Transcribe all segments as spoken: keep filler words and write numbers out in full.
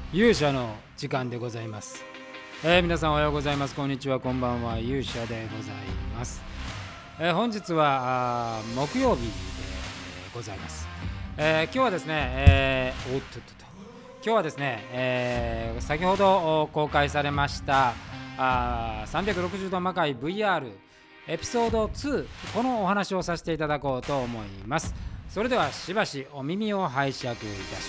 勇者の時間でございます、えー、皆さんおはようございます、こんにちは、こんばんは。勇者でございます、えー、本日は木曜日でございます、えー、今日はですね、えー、おっとっとっと今日はですね、えー、先ほど公開されましたあさんびゃくろくじゅうど魔界 ブイアール エピソードツー、このお話をさせていただこうと思います。それではしばしお耳を拝借いたします。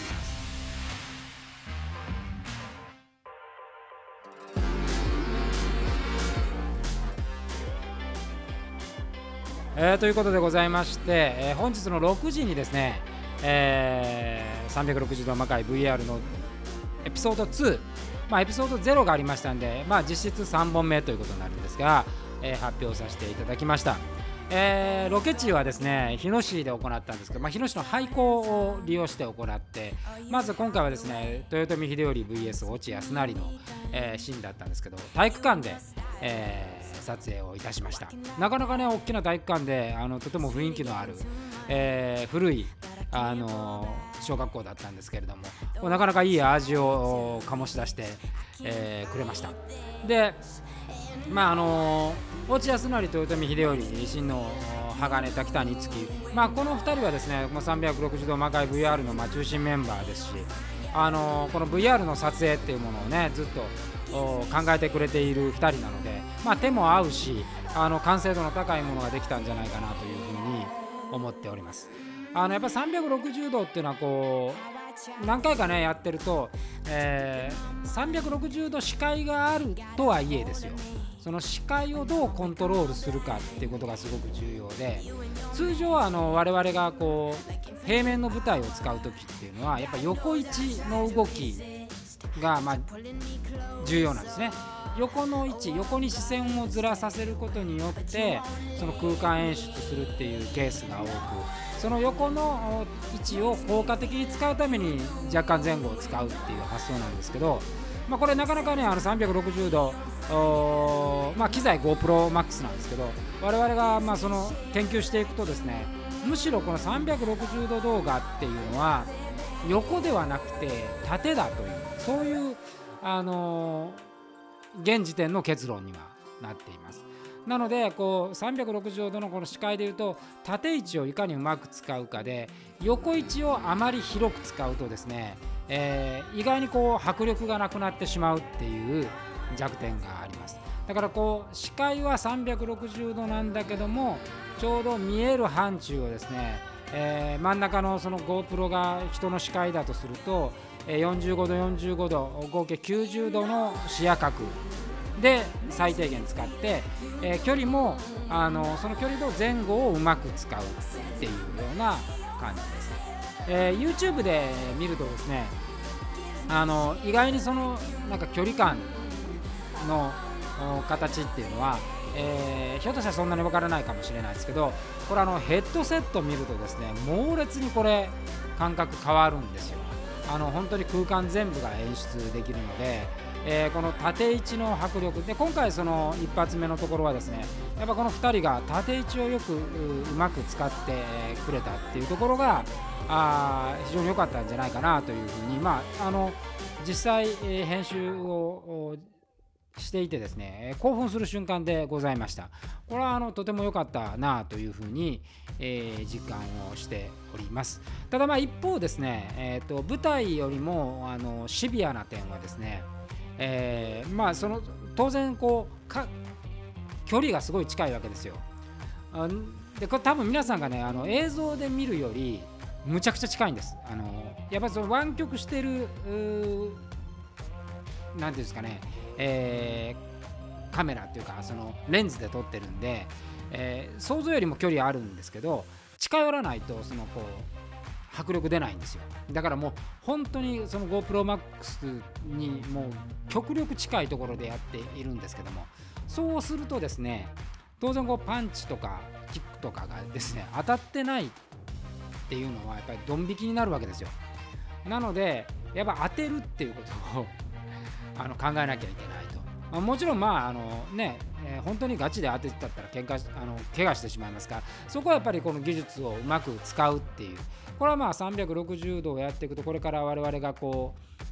えー、ということでございまして、えー、本日のろくじにですね、えー、さんびゃくろくじゅうど魔界 ブイアール のエピソードツー、まあ、エピソードゼロがありましたんで、まあ、実質さんぼんめということになるんですが、えー、発表させていただきました。えー、ロケ地はですね日野市で行ったんですけど、まあ、日野市の廃校を利用して行って、まず今回はですね豊臣秀頼 ブイエス 越智康成の、えー、シーンだったんですけど、体育館で、えー、撮影をいたしました。なかなかね大きな体育館であのとても雰囲気のある、えー、古いあのー、小学校だったんですけれども、なかなかいい味を醸し出して、えー、くれました。でまああの越智康成、豊臣秀頼、親王鋼、滝谷月、まあ、このふたりはですねもうさんびゃくろくじゅうど魔界 ブイアール のまあ中心メンバーですし、あのー、この ブイアール の撮影っていうものをねずっと考えてくれているふたりなので、まあ、手も合うし、あの完成度の高いものができたんじゃないかなというふうに思っております。あのやっぱさんびゃくろくじゅうどっていうのはこう何回かねやってると、えー、さんびゃくろくじゅうど視界があるとはいえですよ、その視界をどうコントロールするかっていうことがすごく重要で、通常はあの我々がこう平面の舞台を使う時っていうのはやっぱ横位置の動きがまあ重要なんですね。横の位置、横に視線をずらさせることによってその空間演出するっていうケースが多く、その横の位置を効果的に使うために若干前後を使うっていう発想なんですけど、まあ、これなかなかねあのさんびゃくろくじゅうど、まあ、機材 GoPro Max なんですけど、我々がまあその研究していくとですね、むしろこのさんびゃくろくじゅうど動画っていうのは横ではなくて縦だという、そういうあのー現時点の結論にはなっています。なのでこうさんびゃくろくじゅうどのこの視界でいうと、縦位置をいかにうまく使うかで、横位置をあまり広く使うとですね、えー、意外にこう迫力がなくなってしまうっていう弱点があります。だからこう視界はさんびゃくろくじゅうどなんだけども、ちょうど見える範疇をですね、えー、真ん中のその GoPro が人の視界だとするとよんじゅうごどよんじゅうごど合計きゅうじゅうどの視野角で最低限使って、えー、距離もあのその距離の前後をうまく使うっていうような感じです、えー、YouTube で見るとですね、あの意外にそのなんか距離感の形っていうのは、えー、ひょっとしたらそんなに分からないかもしれないですけど、これあのヘッドセット見るとですね猛烈にこれ感覚変わるんですよ。あの本当に空間全部が演出できるので、えー、この縦位置の迫力で、今回その一発目のところはですねやっぱこのふたりが縦位置をよく う, うまく使ってくれたっていうところがあ非常に良かったんじゃないかなというふうに、まあ、あの実際、えー、編集をしていてですね興奮する瞬間でございました。これはあのとても良かったなというふうに、えー、実感をしております。ただまあ一方ですね、えー、と舞台よりもあのシビアな点はですね、えー、まあその当然こうか距離がすごい近いわけですよ。あでこれ多分皆さんがねあの映像で見るよりむちゃくちゃ近いんです。あのやっぱりその湾曲してるなんていうんですかね、えー、カメラっていうかそのレンズで撮ってるんで、えー、想像よりも距離あるんですけど、近寄らないとそのこう迫力出ないんですよ。だからもう本当にその GoPro Max にもう極力近いところでやっているんですけども、そうするとですね当然こうパンチとかキックとかがですね当たってないっていうのはやっぱりドン引きになるわけですよ。なのでやっぱ当てるっていうことをあの考えなきゃいけないと、まあ、もちろんまああのね、えー、本当にガチで当てちゃったら喧嘩あの怪我してしまいますから、そこはやっぱりこの技術をうまく使うっていう、これはまあさんびゃくろくじゅうどをやっていくとこれから我々がこう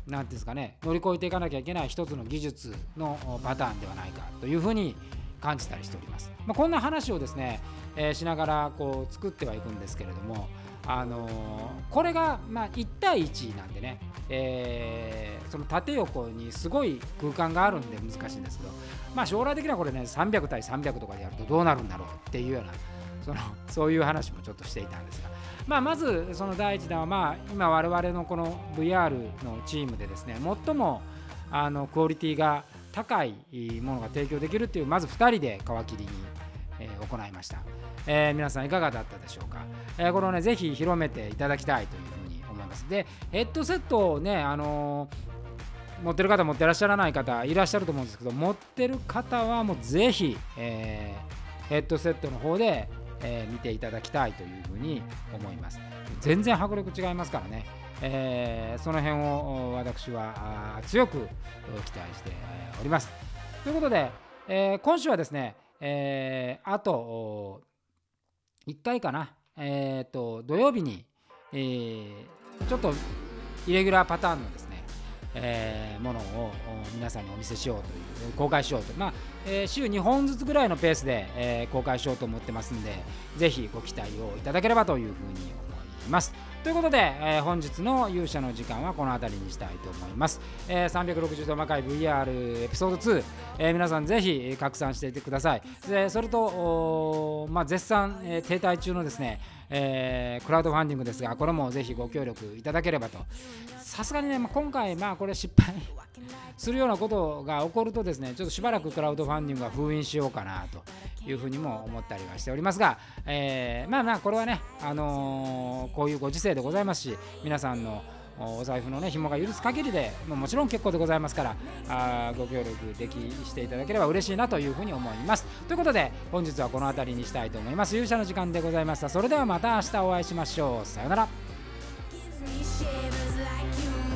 なんていうんですかね、乗り越えていかなきゃいけない一つの技術のパターンではないかというふうに感じたりしております。まあ、こんな話をですね、えー、しながらこう作ってはいくんですけれども、あのー、これがまあいち対いちなんでね、えー、その縦横にすごい空間があるんで難しいんですけど、まあ、将来的にはこれねさんびゃく対さんびゃくとかでやるとどうなるんだろうっていうようなそのそういう話もちょっとしていたんですが、まあ、まずその第一弾は、まあ、今我々のこの ブイアール のチームでですね、最もあのクオリティが高いものが提供できるっていう、まずふたりで皮切りに、えー、行いました。えー、皆さんいかがだったでしょうか。えー、これをねぜひ広めていただきたいというふうに思います。でヘッドセットをね、あのー、持ってる方持ってらっしゃらない方いらっしゃると思うんですけど、持ってる方はもうぜひ、えー、ヘッドセットの方で、えー、見ていただきたいというふうに思います。全然迫力違いますからね、えー、その辺を私は強く期待しております。ということで、えー、今週はですね、えー、あといっかいかな、えー、と土曜日に、えー、ちょっとイレギュラーパターンのですね、えー、ものを皆さんにお見せしようという公開しようと、まあえー、週にほんずつぐらいのペースで、えー、公開しようと思ってますんで、ぜひご期待をいただければというふうに思います。ということで、えー、本日の勇者の時間はこの辺りにしたいと思います。えー、さんびゃくろくじゅうど魔界 ブイアール エピソードツー、えー、皆さんぜひ拡散していってください。でそれと、まあ、絶賛、えー、停滞中のですね、えー、クラウドファンディングですが、これもぜひご協力いただければと。さすがにね、まあ、今回まあこれ失敗するようなことが起こるとですね、ちょっとしばらくクラウドファンディングは封印しようかなというふうにも思ったりはしておりますが、えー、まあまあこれはね、あのー、こういうご時世でございますし、皆さんのお財布のね紐が許す限りでもちろん結構でございますから、あご協力できしていただければ嬉しいなというふうに思います。ということで本日はこの辺りにしたいと思います。勇者の時間でございました。それではまた明日お会いしましょう。さようなら。